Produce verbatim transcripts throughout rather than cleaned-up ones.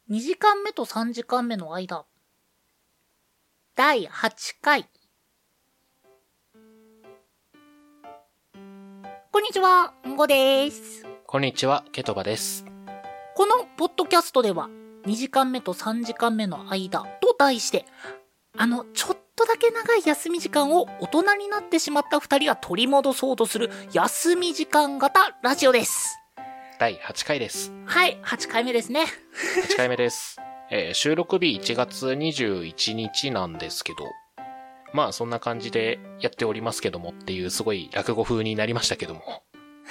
にじかんめとさんじかんめの間。だいはちかい。こんにちは、んごです。 こんにちは、ケトバです。 このポッドキャストでは、にじかんめとさんじかんめの間と題して、あの、ちょっとだけ長い休み時間を大人になってしまったふたりが取り戻そうとする休み時間型ラジオです。 だいはちかいです。 はい、はちかいめですね。はちかいめです。えー、収録日いちがつにじゅういちにちなんですけど、まあそんな感じでやっておりますけどもっていうすごい落語風になりましたけども。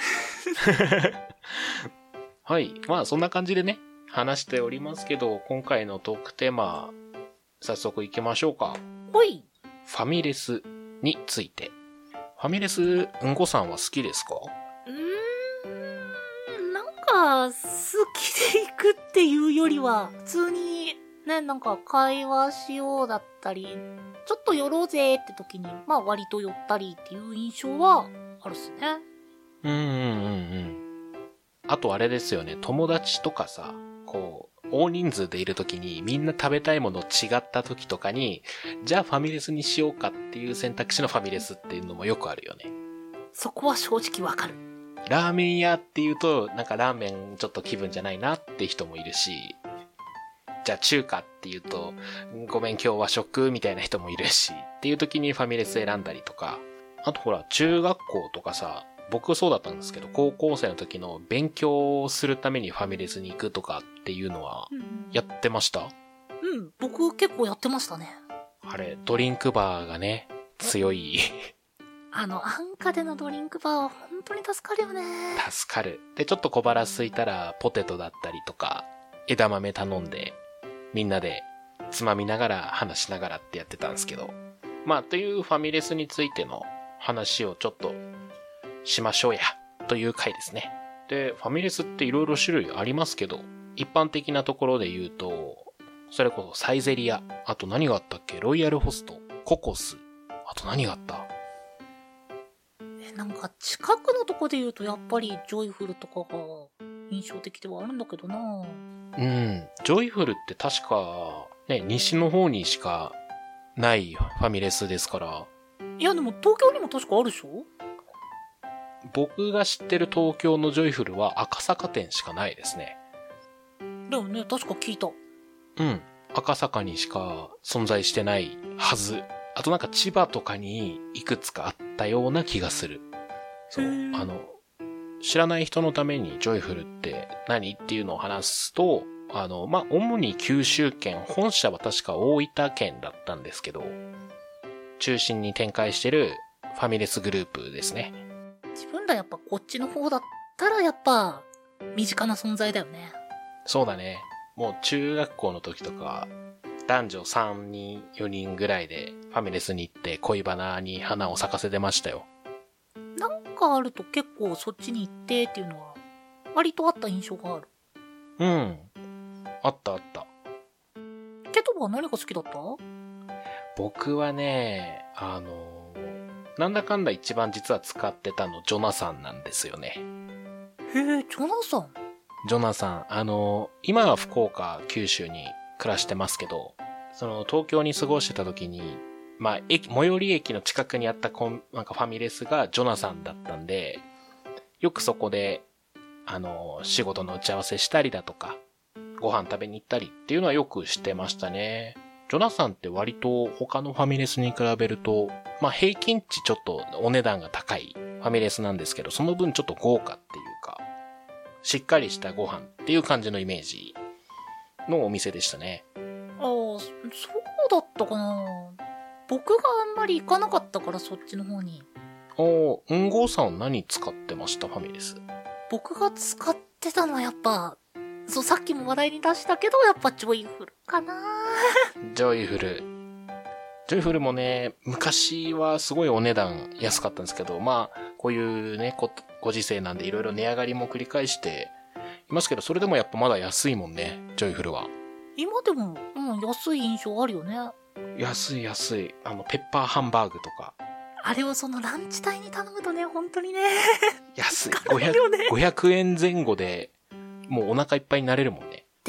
はい、まあそんな感じでね、話しておりますけど、今回のトークテーマ、早速行きましょうか。 ほい。 ファミレスについて。ファミレス、うんこさんは好きですか？ うーん、なんか、好きで行くっていうよりは、普通に、ね、なんか会話しようだったり、ちょっと寄ろうぜって時に、まあ割と寄ったりっていう印象はあるっすね。 うんうんうんうん。あとあれですよね、友達とかさ、こう、大人数でいるときにみんな食べたいもの違ったときとかに、じゃあファミレスにしようかっていう選択肢のファミレスっていうのもよくあるよね。 そこは正直わかる。 ラーメン屋っていうと、なんかラーメンちょっと気分じゃないなって人もいるし、じゃあ中華っていうと、ごめん今日は食みたいな人もいるし、っていう時にファミレス選んだりとか、あとほら中学校とかさ、僕そうだったんですけど、高校生の時の勉強をするためにファミレスに行くとかっていうのはやってました？ うん、僕結構やってましたね。 あれ、ドリンクバーがね、強い。 あの、安価でのドリンクバーは本当に助かるよね。 助かる。で、ちょっと小腹空いたらポテトだったりとか、枝豆頼んで、みんなでつまみながら話しながらってやってたんですけど。まあ、というファミレスについての話をちょっとしましょうや、という回ですね。で、ファミレスっていろいろ種類ありますけど、一般的なところで言うと、それこそサイゼリア、あと何があったっけ？ロイヤルホスト、ココス、あと何があった？ え、なんか近くのとこで言うとやっぱりジョイフルとかが印象的ではあるんだけどな。 うん、ジョイフルって確か、ね、西の方にしかないファミレスですから。 いやでも東京にも確かあるでしょ？ 僕が知ってる東京のジョイフルは赤坂店しかないですね。 だよね、確か聞いた。 うん。赤坂にしか存在してないはず。あとなんか千葉とかにいくつかあったような気がする。そう。あの、知らない人のためにジョイフルって何っていうのを話すと、あの、まあ、主に九州圏、本社は確か大分県だったんですけど、中心に展開してるファミレスグループですね。 自分らやっぱこっちの方だったらやっぱ身近な存在だよね。 そうだね。もう中学校の時とか男女さんにんよにんぐらいでファミレスに行って恋バナに花を咲かせてましたよ。 なんかあると結構そっちに行ってっていうのは割とあった印象がある。 うん。あったあった。 ケトバは何が好きだった？ 僕はね、あのなんだかんだ一番実は使ってたのジョナサンなんですよね。 へえ、ジョナサン。 ジョナサン、あの、今は福岡、九州に暮らしてますけど、その東京に過ごしてた時に、まあ、駅、最寄り駅の近くにあったコン、なんかファミレスがジョナサンだったんで、よくそこで、あの、仕事の打ち合わせしたりだとか、ご飯食べに行ったりっていうのはよくしてましたね。ジョナサンって割と他のファミレスに比べると、まあ平均値ちょっとお値段が高いファミレスなんですけど、その分ちょっと豪華っていうか、しっかりしたご飯っていう感じのイメージのお店でしたね。 ああ、そうだったかな。僕があんまり行かなかったからそっちの方に。 おー、んごうさんは何使ってました？ファミレス。 僕が使ってたのはやっぱ、そう、さっきも話題に出したけど、やっぱジョイフルかな。 ジョイフル。ジョイフルもね、昔はすごいお値段安かったんですけど、まあ、こういうね、ご、ご時世なんでいろいろ値上がりも繰り返していますけど、それでもやっぱまだ安いもんね、ジョイフルは。 今でも、うん、安い印象あるよね。 安い安い。あの、ペッパーハンバーグとか。 あれをそのランチ帯に頼むとね、本当にね。 安い。 ごひゃく、 ごひゃくえんぜん後で、もうお腹いっぱいになれるもんね。 で、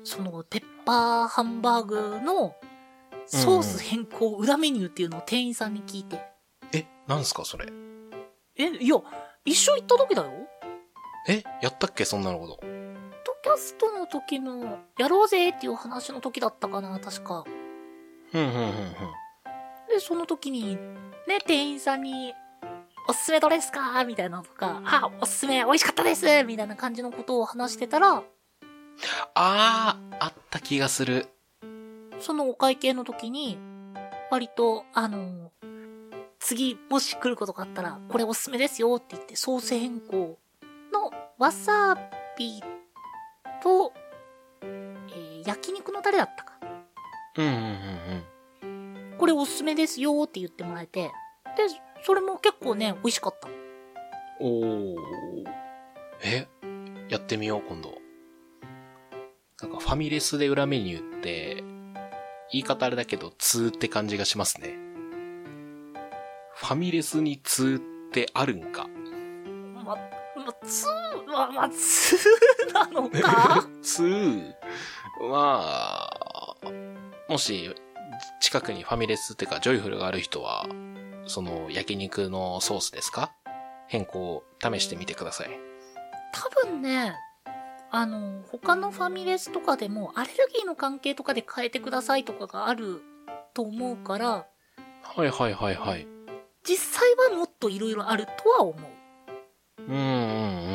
そのペッパーハンバーグのソース変更裏メニューっていうのを店員さんに聞いて。 え、なんすかそれ。 え、いや、一緒行った時だよ。 え、やったっけそんなのこと。 ポッドキャストの時の、やろうぜっていう話の時だったかな、確か。 ふんふんふんふん。 で、その時に、ね、店員さんに、おすすめどれですかみたいなのとか、あ、おすすめ美味しかったですみたいな感じのことを話してたら、 あー、あった気がする。 そのお会計の時に、割と、あの、次、もし来ることがあったら、これおすすめですよって言って、ソース変更のわさびと、えー、焼肉のタレだったか。 うんうんうんうん。これおすすめですよって言ってもらえて、で、それも結構ね、美味しかった。 おー。え、やってみよう、今度。なんかファミレスで裏メニューって、言い方あれだけど、通って感じがしますね。ファミレスに通ってあるんか。 ま、ま、通は、ま、通なのか通まあ、もし、近くにファミレスっていうか、ジョイフルがある人は、その、焼肉のソースですか？変更、試してみてください。 多分ね、あの、他のファミレスとかでも、アレルギーの関係とかで変えてくださいとかがあると思うから、 はいはいはいはい。 実際はもっと色々あるとは思う。 うんうんうん。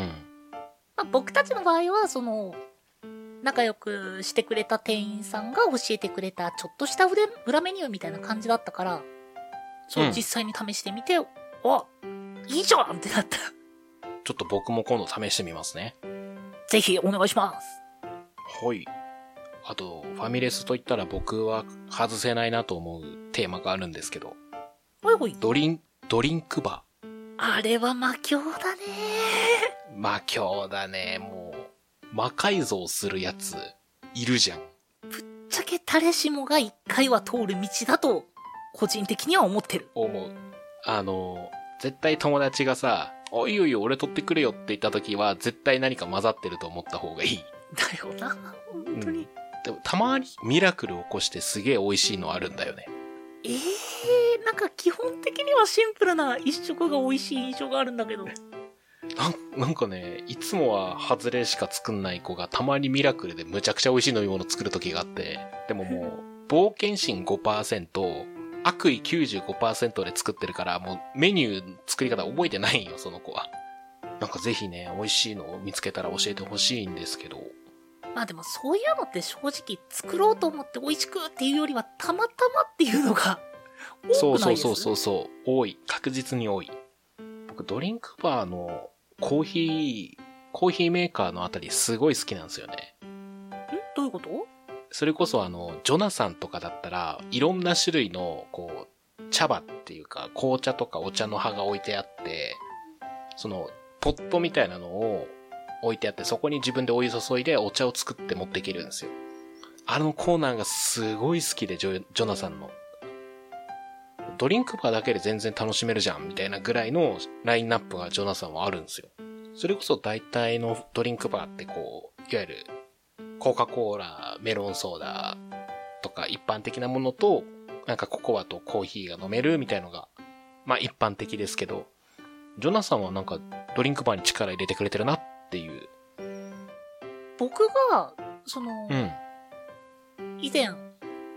まあ、僕たちの場合は、その、仲良くしてくれた店員さんが教えてくれたちょっとした裏裏メニューみたいな感じだったから、そう、うん、実際に試してみて、あ、いいじゃんってなった。 ちょっと僕も今度試してみますね。 ぜひお願いします。 はい。あと、ファミレスといったら僕は外せないなと思うテーマがあるんですけど。 はいはい。 ドリン、ドリンクバー。あれは魔境だね。 魔境だね、もう。魔改造するやつ、いるじゃん。 ぶっちゃけ誰しもが一回は通る道だと、個人的には思ってる。 思う。あの、絶対友達がさ、おいおいよ俺取ってくれよって言った時は絶対何か混ざってると思った方がいい。 だよな、本当に。うん、 でもたまにミラクル起こしてすげえ美味しいのあるんだよね。 ええー、なんか基本的にはシンプルな一食が美味しい印象があるんだけど。 なんなんかね、いつもは外れしか作んない子がたまにミラクルでむちゃくちゃ美味しい飲み物作る時があって、でももう冒険心 ごパーセント、悪意 きゅうじゅうごパーセント で作ってるからもうメニュー作り方覚えてないよ、その子は。なんかぜひね、美味しいのを見つけたら教えてほしいんですけど。 まあでもそういうのって正直作ろうと思って美味しくっていうよりはたまたまっていうのが多くないです？ そうそうそうそうそう、多い。確実に多い。僕ドリンクバーのコーヒー、コーヒーメーカーのあたりすごい好きなんですよね。 ん？どういうこと？ それこそあの、ジョナサンとかだったら、いろんな種類の、こう、茶葉っていうか、紅茶とかお茶の葉が置いてあって、その、ポットみたいなのを置いてあって、そこに自分でお湯注いでお茶を作って持っていけるんですよ。あのコーナーがすごい好きで、ジョ、ジョナサンの。ドリンクバーだけで全然楽しめるじゃん、みたいなぐらいのラインナップがジョナサンはあるんですよ。それこそ大体のドリンクバーってこう、いわゆる、コカ・コーラ、メロンソーダとか一般的なものと、なんかココアとコーヒーが飲めるみたいのが、まあ一般的ですけど、ジョナサンはなんかドリンクバーに力入れてくれてるなっていう。 僕が、その、 うん、 以前、あー、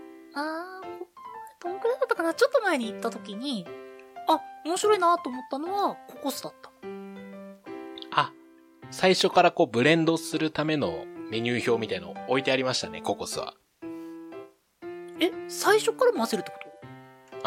どんくらいだったかな、ちょっと前に行った時に、あ、面白いなと思ったのはココスだった。 あ、最初からこうブレンドするためのメニュー表みたいの置いてありましたね、ココスは。 え、最初から混ぜるってこと？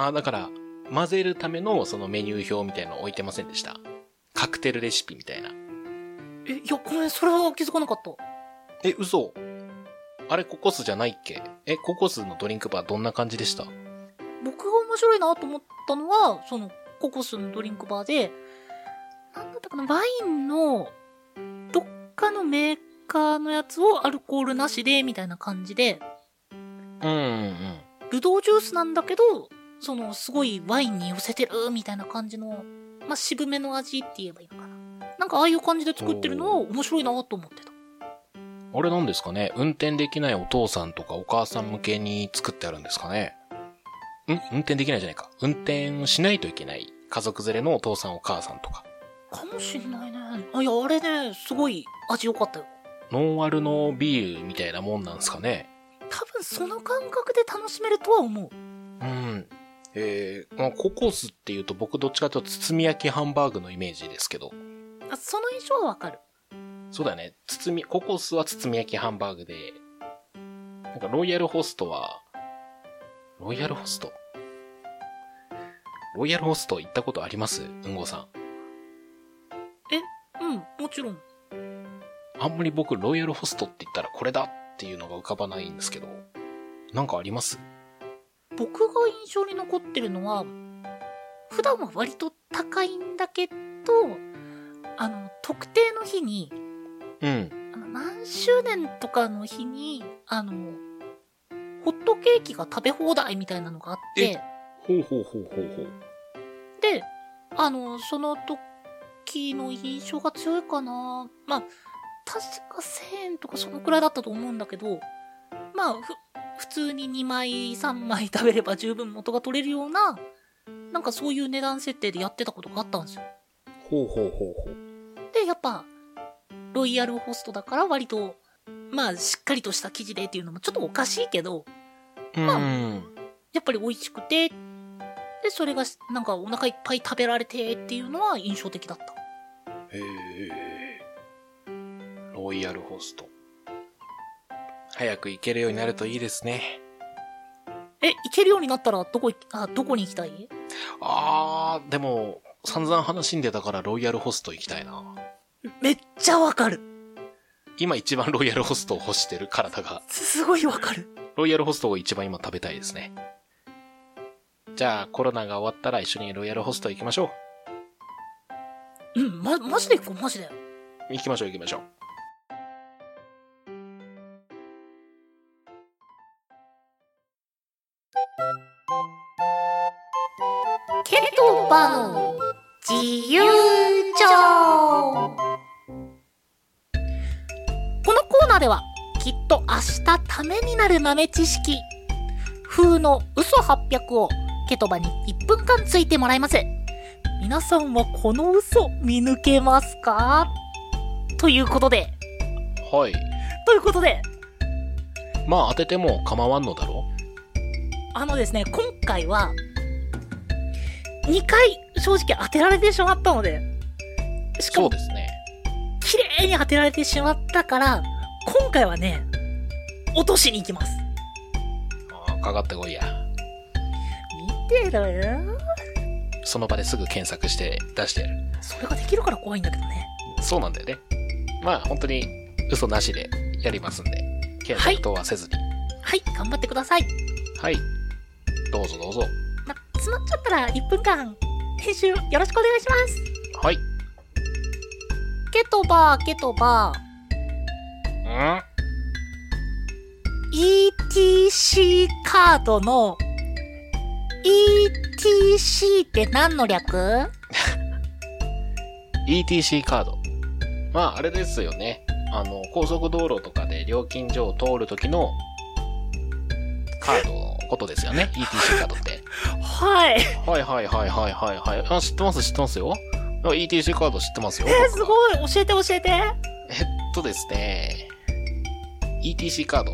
あ、だから、混ぜるためのそのメニュー表みたいの置いてませんでした？カクテルレシピみたいな。 え、いや、ごめん、それは気づかなかった。 え、嘘？あれココスじゃないっけ？え、ココスのドリンクバーどんな感じでした？ 僕が面白いなと思ったのは、その、ココスのドリンクバーで、なんだったかな、ワインの、どっかのメーカーのやつをアルコールなしで、みたいな感じで、 うんうんうん。 ブドウジュースなんだけど、その、すごいワインに寄せてる、みたいな感じの、まあ、渋めの味って言えばいいのかな。なんかああいう感じで作ってるのを面白いなと思ってた。 あれなんですかね、運転できないお父さんとかお母さん向けに作ってあるんですかね。ん運転できないじゃないか。運転しないといけない家族連れのお父さんお母さんとか。 かもしんないね。あ、いや、あれね、すごい味良かったよ。 ノンアルのビールみたいなもんなんですかね。 多分その感覚で楽しめるとは思う。 うん。えー、まあ、ココスっていうと僕どっちかというと包み焼きハンバーグのイメージですけど。 あ、その印象はわかる。 そうだね。包み、ココスは包み焼きハンバーグで、なんかロイヤルホストは、ロイヤルホストロイヤルホスト行ったことありますうんごさん。 え、うん、もちろん。 あんまり僕ロイヤルホストって言ったらこれだっていうのが浮かばないんですけど、なんかあります？ 僕が印象に残ってるのは、普段は割と高いんだけど、あの、特定の日に、 うん。 あの何周年とかの日に、あの、ホットケーキが食べ放題みたいなのがあって、 ほうほうほうほうほう。 で、あの、その時の印象が強いかな。まあ、確かせんえんとかそのくらいだったと思うんだけど、まあ、ふ、普通ににまいさんまい食べれば十分元が取れるような、なんかそういう値段設定でやってたことがあったんですよ。 ほうほうほうほう。 で、やっぱ、ロイヤルホストだから割と、まあ、しっかりとした生地でっていうのもちょっとおかしいけど、まあ、やっぱり美味しくて、で、それがなんかお腹いっぱい食べられてっていうのは印象的だった。 へえ。ロイヤルホスト。早く行けるようになるといいですね。 え、行けるようになったらどこ、あ、どこに行きたい？ あー、でも、散々話んでたからロイヤルホスト行きたいな。 めっちゃわかる。 今一番ロイヤルホストを欲してる体が。 すごいわかる。 ロイヤルホストを一番今食べたいですね。じゃあコロナが終わったら一緒にロイヤルホスト行きましょう。うん、ま、マジで行こう、マジで。 行きましょう行きましょう。 ケトバの自由帳。このコーナーではきっと明日ためになる豆知識風の嘘はっぴゃくをケトバにいっぷんかんついてもらいます。皆さんはこの嘘見抜けますか？ということで。 はい。 ということで。 まあ当てても構わんのだろう。 あのですね、今回はにかい正直当てられてしまったので、しかもそうですね。 綺麗に当てられてしまったから、今回はね、落としに行きます。 ああ、かかってこいや。 見てろよ。 その場ですぐ検索して出してやる。 それができるから怖いんだけどね。 そうなんだよね。まあ本当に嘘なしでやりますんで、検索等はせずに。 はい、はい、頑張ってください。 はい。どうぞどうぞ。 ま、詰まっちゃったらいっぷんかん編集よろしくお願いします。 はい。 ケトバーケトバー。んイーティーシー カードの イーティーシー って何の略？ イーティーシー カード。まああれですよね。あの高速道路とかで料金所を通るときのカードのことですよね。イーティーシー カードって。 はい。 はいはいはいはいはいはい。あ、知ってます知ってますよ。イーティーシー カード知ってますよ。 えー、すごい。教えて教えて。 えっとですね。イーティーシー カード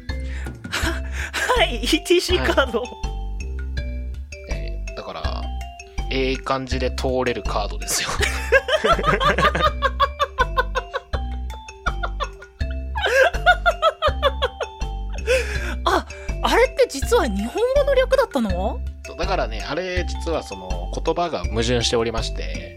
はい、イーティーシー カード。はい、 えー、だから、ええ感じで通れるカードですよ。 あ、あれって実は日本語の略だったの？ だからね、あれ実はその言葉が矛盾しておりまして、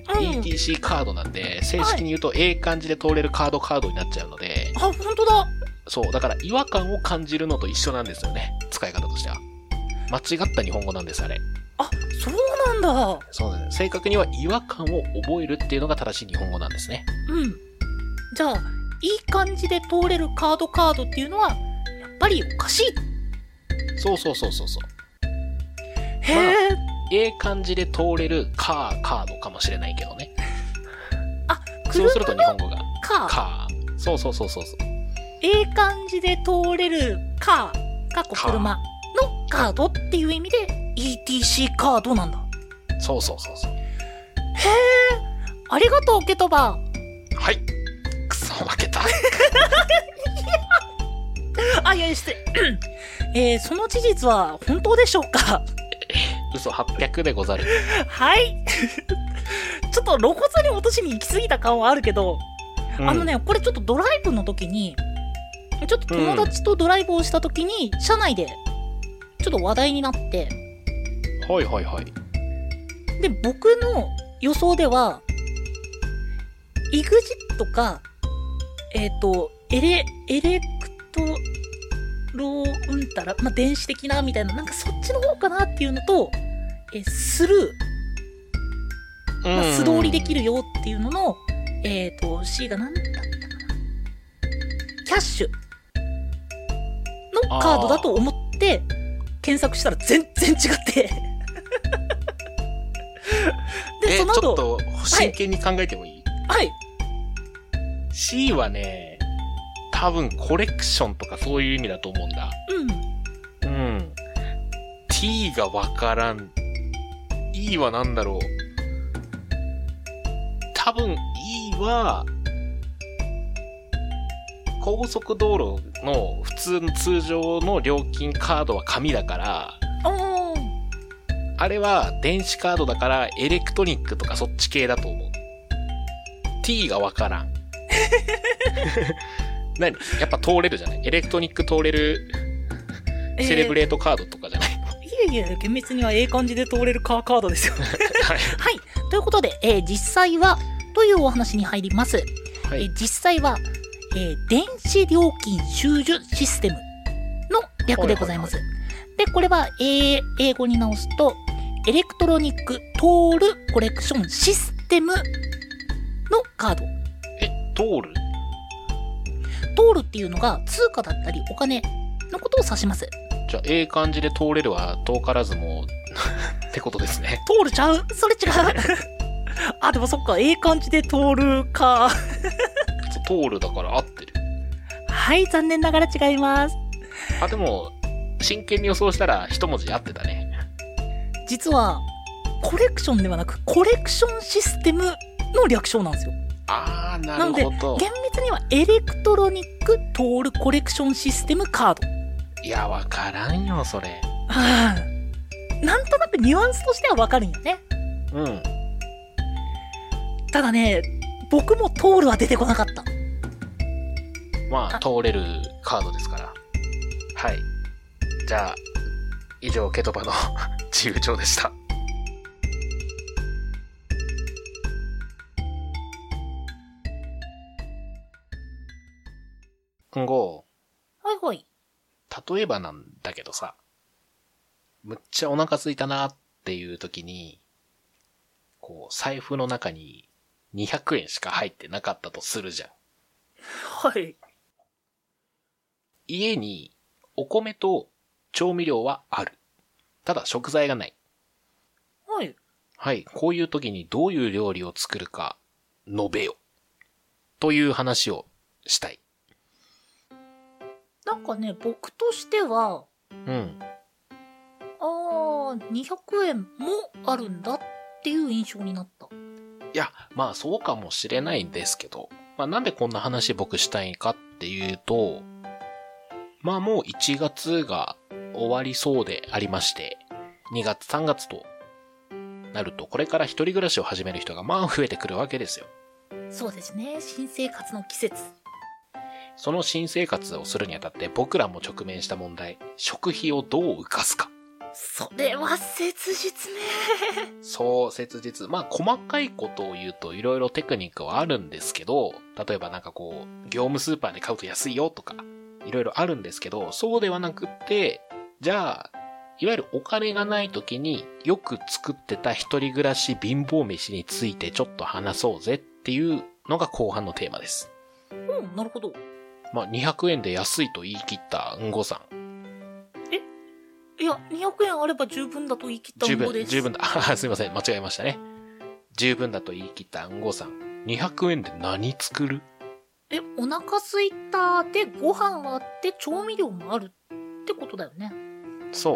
うん、イーティーシー カードなんで、正式に言うとええ感じで通れるカードカードになっちゃうので、 あ、本当だ。 そう、だから違和感を感じるのと一緒なんですよね。使い方としては。間違った日本語なんです、あれ。 あ、そうなんだ。 そうなんです。正確には違和感を覚えるっていうのが正しい日本語なんですね。 うん。じゃあ、いい感じで通れるカードカードっていうのは、やっぱりおかしい。 そうそうそうそうそう。 へえ、まあ。 ええ感じで通れるカー、カードかもしれないけどね。 あ、 そうすると日本語が。 カー。 カー。そうそうそうそうそう。 ええ感じで通れるカー、かっこ車のカードっていう意味で イーティーシー カードなんだ。 そうそうそうそう。へえ、ありがとうケトバ。 はい。くそ負けた。 あ、いや失礼。えー、その事実は本当でしょうか？ 嘘はっぴゃくでござる。 はい。ちょっと露骨に落としに行き過ぎた感はあるけど、うん、あのね、これちょっとドライブの時に、ちょっと友達とドライブをした時に、うん、車内でちょっと話題になって。 はいはいはい。 で、僕の予想では、イグジットか、えっと、エレ、エレクトロうんたら、まあ、電子的なみたいな、なんかそっちの方かなっていうのと、え、スルー、まあ、素通りできるよっていうのの、えっと、C が何だったかな、キャッシュのカードだと思って検索したら全然違ってで、その後ちょっと真剣に考えてもいい？ はい。 C はね、多分コレクションとかそういう意味だと思うんだ。うん。うん。T がわからん。E はなんだろう。多分 E は、高速道路の普通の通常の料金カードは紙だから、 おー、 あれは電子カードだからエレクトニックとかそっち系だと思う。T がわからん。何？やっぱ通れるじゃない？エレクトニック通れるセレブレートカードとかじゃないの？ えー、いやいや、厳密にはええ感じで通れるカーカードですよ。はい。はい。ということで、えー、実際は、というお話に入ります。はい、えー、実際は、えー、電子料金収受システムの略でございます。はいはいはい、で、これは、えー、英語に直すと、エレクトロニックトールコレクションシステムのカード。 え、トール？ トールっていうのが通貨だったりお金のことを指します。 じゃあ、ええ感じで通れるは遠からずもってことですね。 通るちゃう？それ違う。あ、でもそっか、ええ感じで通るか。 通るだから合ってる。 はい、残念ながら違います。 あ、でも、真剣に予想したら一文字合ってたね。 実は、コレクションではなく、コレクションシステムの略称なんですよ。 あー、なるほど。 なので、厳密にはエレクトロニックトールコレクションシステムカード。 いや、わからんよ、それ。 はあ、なんとなくニュアンスとしてはわかるんよね。 うん。 ただね、僕もトールは出てこなかった。 まあ、通れるカードですから。はい。じゃあ、以上、ケトバの自由帳でした。今後。 はいはい。 例えばなんだけどさ、むっちゃお腹空いたなっていう時に、こう、財布の中ににひゃくえんしか入ってなかったとするじゃん。 はい。 家にお米と調味料はある。ただ食材がない。 はい。 はい。こういう時にどういう料理を作るか述べよ。という話をしたい。 なんかね、僕としては、 うん。 あー、にひゃくえんもあるんだっていう印象になった。 いや、まあそうかもしれないんですけど、まあなんでこんな話僕したいかっていうと、まあもういちがつが終わりそうでありまして、にがつさんがつとなるとこれから一人暮らしを始める人がまあ増えてくるわけですよ。 そうですね、新生活の季節。 その新生活をするにあたって僕らも直面した問題、食費をどう浮かすか。 それは切実ね。 そう、切実。まあ細かいことを言うといろいろテクニックはあるんですけど、例えばなんかこう、業務スーパーで買うと安いよとか、いろいろあるんですけど、そうではなくって、じゃあ、いわゆるお金がない時によく作ってた一人暮らし貧乏飯についてちょっと話そうぜっていうのが後半のテーマです。 うん、なるほど。 まあにひゃくえんで安いと言い切ったうんごさん。 えいや、にひゃくえんあれば十分だと言い切ったうんごです。 十分、十分だ。あ、すいません。間違えましたね。十分だと言い切ったうんごさん。にひゃくえんで何作る？ え、お腹すいたでご飯はあって調味料もあるってことだよね。 そう。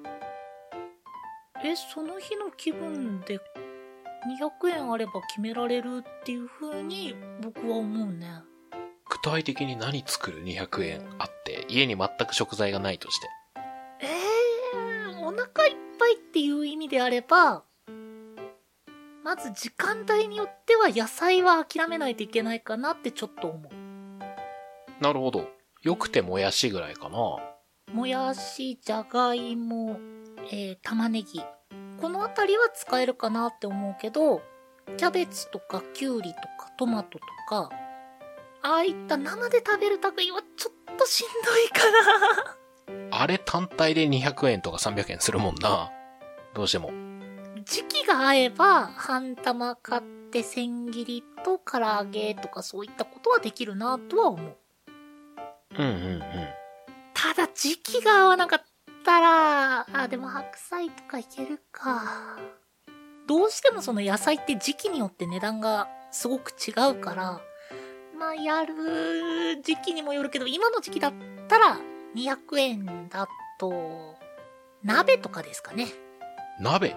え、その日の気分でにひゃくえんあれば決められるっていう風に僕は思うね。 具体的に何作るにひゃくえんあって、家に全く食材がないとして。 えー、お腹いっぱいっていう意味であれば、まず時間帯によっては野菜は諦めないといけないかなってちょっと思う。 なるほど。よくてもやしぐらいかな。 もやし、じゃがいも、えー、玉ねぎ。このあたりは使えるかなって思うけど、キャベツとかキュウリとかトマトとか、ああいった生で食べる類はちょっとしんどいかな。あれ単体でにひゃくえんとかさんびゃくえんするもんな。どうしても。 時期が合えば、半玉買って千切りと唐揚げとかそういったことはできるなとは思う。 うんうんうん。 ただ時期が合わなかったら、あ、でも白菜とかいけるか。どうしてもその野菜って時期によって値段がすごく違うから、まあやる時期にもよるけど、今の時期だったらにひゃくえんだと、鍋とかですかね。 鍋 ?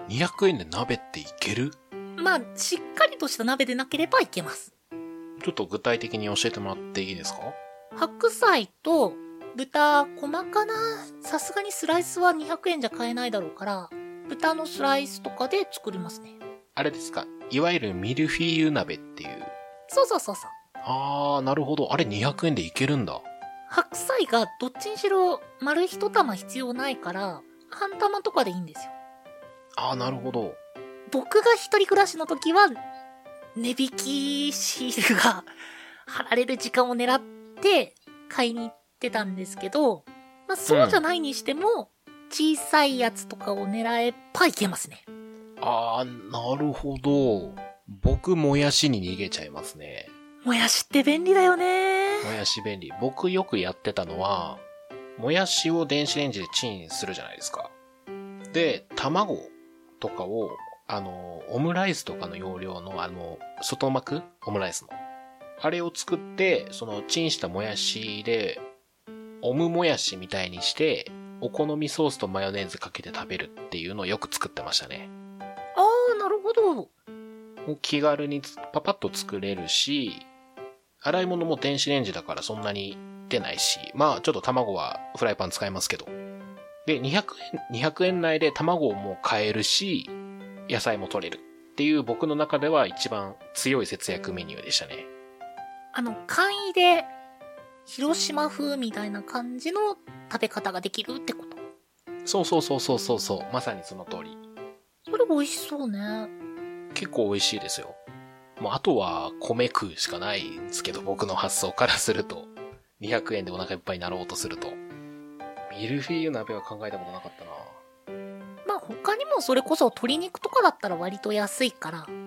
にひゃくえんで鍋っていける？ まあ、しっかりとした鍋でなければいけます。 ちょっと具体的に教えてもらっていいですか？ 白菜と豚、細かな、さすがにスライスはにひゃくえんじゃ買えないだろうから、豚のスライスとかで作りますね。 あれですか？いわゆるミルフィーユ鍋っていう。 そうそうそうそう。 あー、なるほど。あれにひゃくえんでいけるんだ。 白菜がどっちにしろ丸一玉必要ないから、半玉とかでいいんですよ。 あー、なるほど。 僕が一人暮らしの時は、値引きシールが貼られる時間を狙って買いに行ってたんですけど、まあそうじゃないにしても、小さいやつとかを狙えばいけますね。 あー、なるほど。僕、もやしに逃げちゃいますね。 もやしって便利だよね。 もやし便利。僕よくやってたのは、もやしを電子レンジでチンするじゃないですか。で、卵とかを、あの、オムライスとかの容量の、あの、外膜オムライスの。あれを作って、その、チンしたもやしで、オムもやしみたいにして、お好みソースとマヨネーズかけて食べるっていうのをよく作ってましたね。 あー、なるほど。 気軽にパパッと作れるし、洗い物も電子レンジだからそんなに出ないし、まあちょっと卵はフライパン使いますけど。で、にひゃくえん、にひゃくえん内で卵も買えるし、野菜も取れるっていう僕の中では一番強い節約メニューでしたね。 あの、簡易で、広島風みたいな感じの食べ方ができるってこと。 そうそうそうそうそうそう、まさにその通り。 それ美味しそうね。 結構美味しいですよ。もうあとは米食うしかないんですけど、僕の発想からすると。にひゃくえんでお腹いっぱいになろうとすると。ミルフィーユ鍋は考えたことなかったな。 まあ他にもそれこそ鶏肉とかだったら割と安いから。 うん。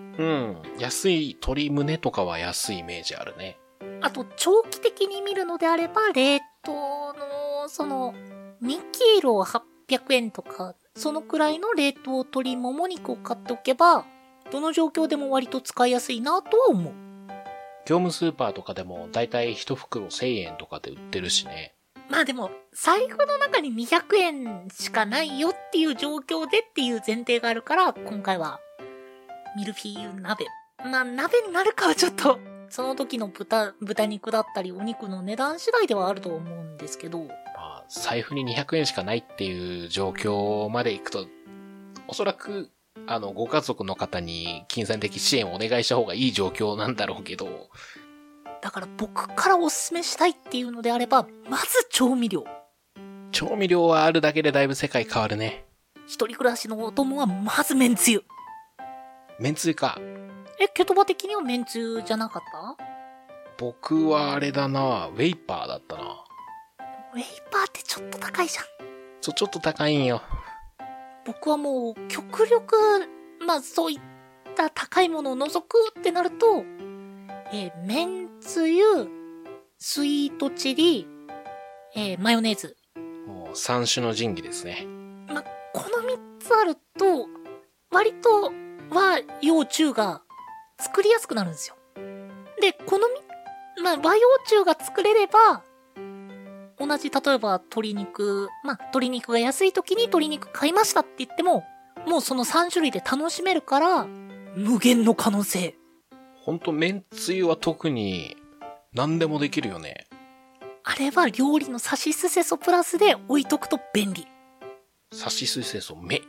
安い鶏胸とかは安いイメージあるね。 あと長期的に見るのであれば、冷凍の、その、にキロはっぴゃくえんとか、そのくらいの冷凍鶏もも肉を買っておけば、どの状況でも割と使いやすいなとは思う。 業務スーパーとかでもだいたい一袋せんえんとかで売ってるしね。 まあでも、財布の中ににひゃくえんしかないよっていう状況でっていう前提があるから、今回は、ミルフィーユ鍋。まあ鍋になるかはちょっと、その時の豚、豚肉だったりお肉の値段次第ではあると思うんですけど。まあ、財布ににひゃくえんしかないっていう状況までいくと、おそらく、あの、ご家族の方に金銭的支援をお願いした方がいい状況なんだろうけど。 だから僕からおすすめしたいっていうのであれば、まず調味料。 調味料はあるだけでだいぶ世界変わるね。 一人暮らしのお供はまずめんつゆ。 めんつゆか。 え、ケトバ的にはめんつゆじゃなかった？ 僕はあれだな、ウェイパーだったな。 ウェイパーってちょっと高いじゃん。 ちょ、ちょっと高いんよ。 僕はもう極力、まあそういった高いものを除くってなると、えー、めんつゆ、スイートチリ、えー、マヨネーズ。 もう三種の神器ですね。 ま、このみっつあると、割と和洋中が作りやすくなるんですよ。で、このみ、 まあ、和洋中が作れれば、同じ、例えば鶏肉、まあ、鶏肉が安い時に鶏肉買いましたって言っても、もうそのさん種類で楽しめるから、無限の可能性。 ほんと、めんつゆは特に何でもできるよね。 あれは料理のさしすせそプラスで置いとくと便利。 さしすせそめ。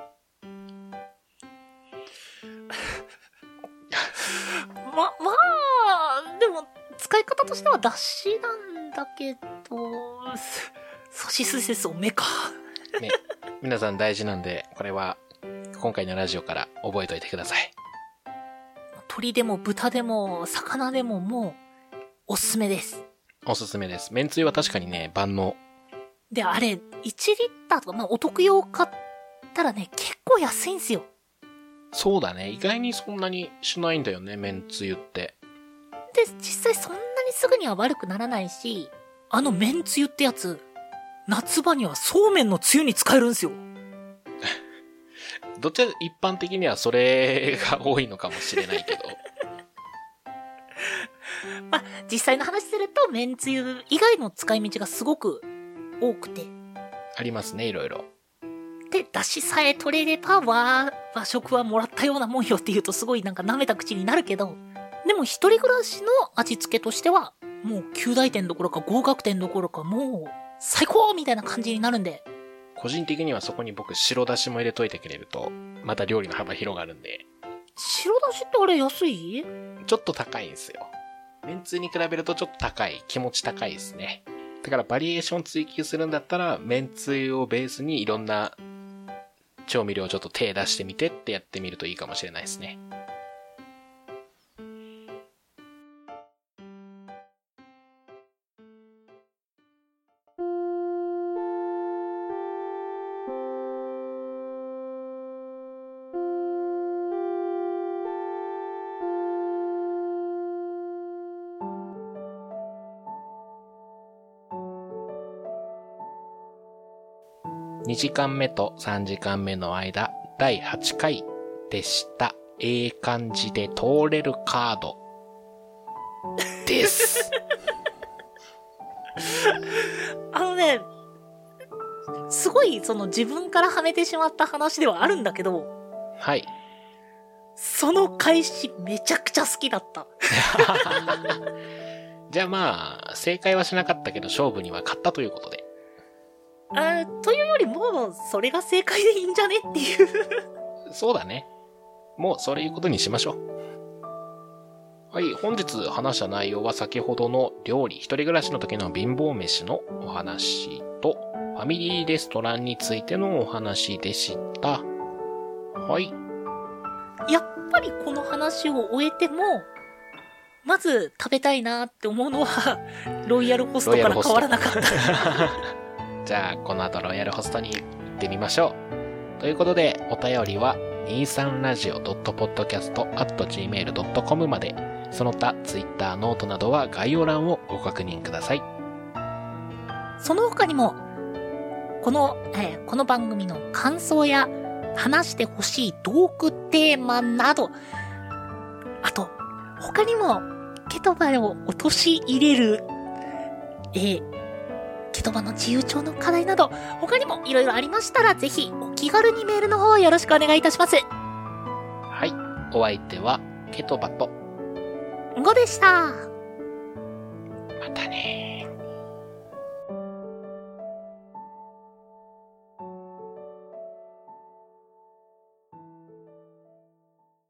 ま、まあ、でも、使い方としてはだしなんだけど、さしすせそめか。 ね。皆さん大事なんで、これは、今回のラジオから覚えておいてください。 鶏でも豚でも魚でももう、おすすめです。 おすすめです。めんつゆは確かにね、万能。 で、あれ、いちリッターとか、まあ、お得用買ったらね、結構安いんすよ。 そうだね。意外にそんなにしないんだよね、めんつゆって。 で、実際そんなにすぐには悪くならないし、あのめんつゆってやつ、夏場にはそうめんのつゆに使えるんすよ。 どっちか一般的にはそれが多いのかもしれないけど。 まあ、実際の話すると、めんつゆ以外の使い道がすごく多くて。 ありますね、いろいろ。 で、出汁さえ取れれば、和、和食はもらったようなもんよって言うとすごいなんか舐めた口になるけど、でも一人暮らしの味付けとしては、もうきゅう大点どころか合格点どころかもう最高みたいな感じになるんで。 個人的にはそこに僕白だしも入れといてくれると、また料理の幅広がるんで。 白だしってあれ安い？ ちょっと高いんですよ。めんつゆに比べるとちょっと高い。気持ち高いですね。だからバリエーション追求するんだったら、めんつゆをベースにいろんな調味料をちょっと手出してみてってやってみるといいかもしれないですね。にじかんめとさんじかんめの間、だいはちかいでした。ええ感じで通れるカードです。 あのね、すごいその自分からはめてしまった話ではあるんだけど、 はい。 その返しめちゃくちゃ好きだった。 じゃあまあ、正解はしなかったけど勝負には勝ったということで。 あというよりも、それが正解でいいんじゃねっていう。 そうだね。もうそういうことにしましょう。はい、本日話した内容は先ほどの料理、一人暮らしの時の貧乏飯のお話と、ファミリーレストランについてのお話でした。はい。 やっぱりこの話を終えても、まず食べたいなって思うのは、ロイヤルホストから変わらなかった。 じゃあ、この後ロイヤルホストに行ってみましょう。ということで、お便りは にじゅうさんラジオドットポッドキャストアットジーメールドットコム まで、その他、ツイッター、ノートなどは概要欄をご確認ください。 その他にも、この、えー、この番組の感想や、話してほしいトークテーマなど、あと、他にも、ケトバを落とし入れる、えー、ケトバの自由帳の課題など、他にもいろいろありましたら、ぜひお気軽にメールの方よろしくお願いいたします。 はい。お相手は、ケトバと、 ゴでした。 またねー。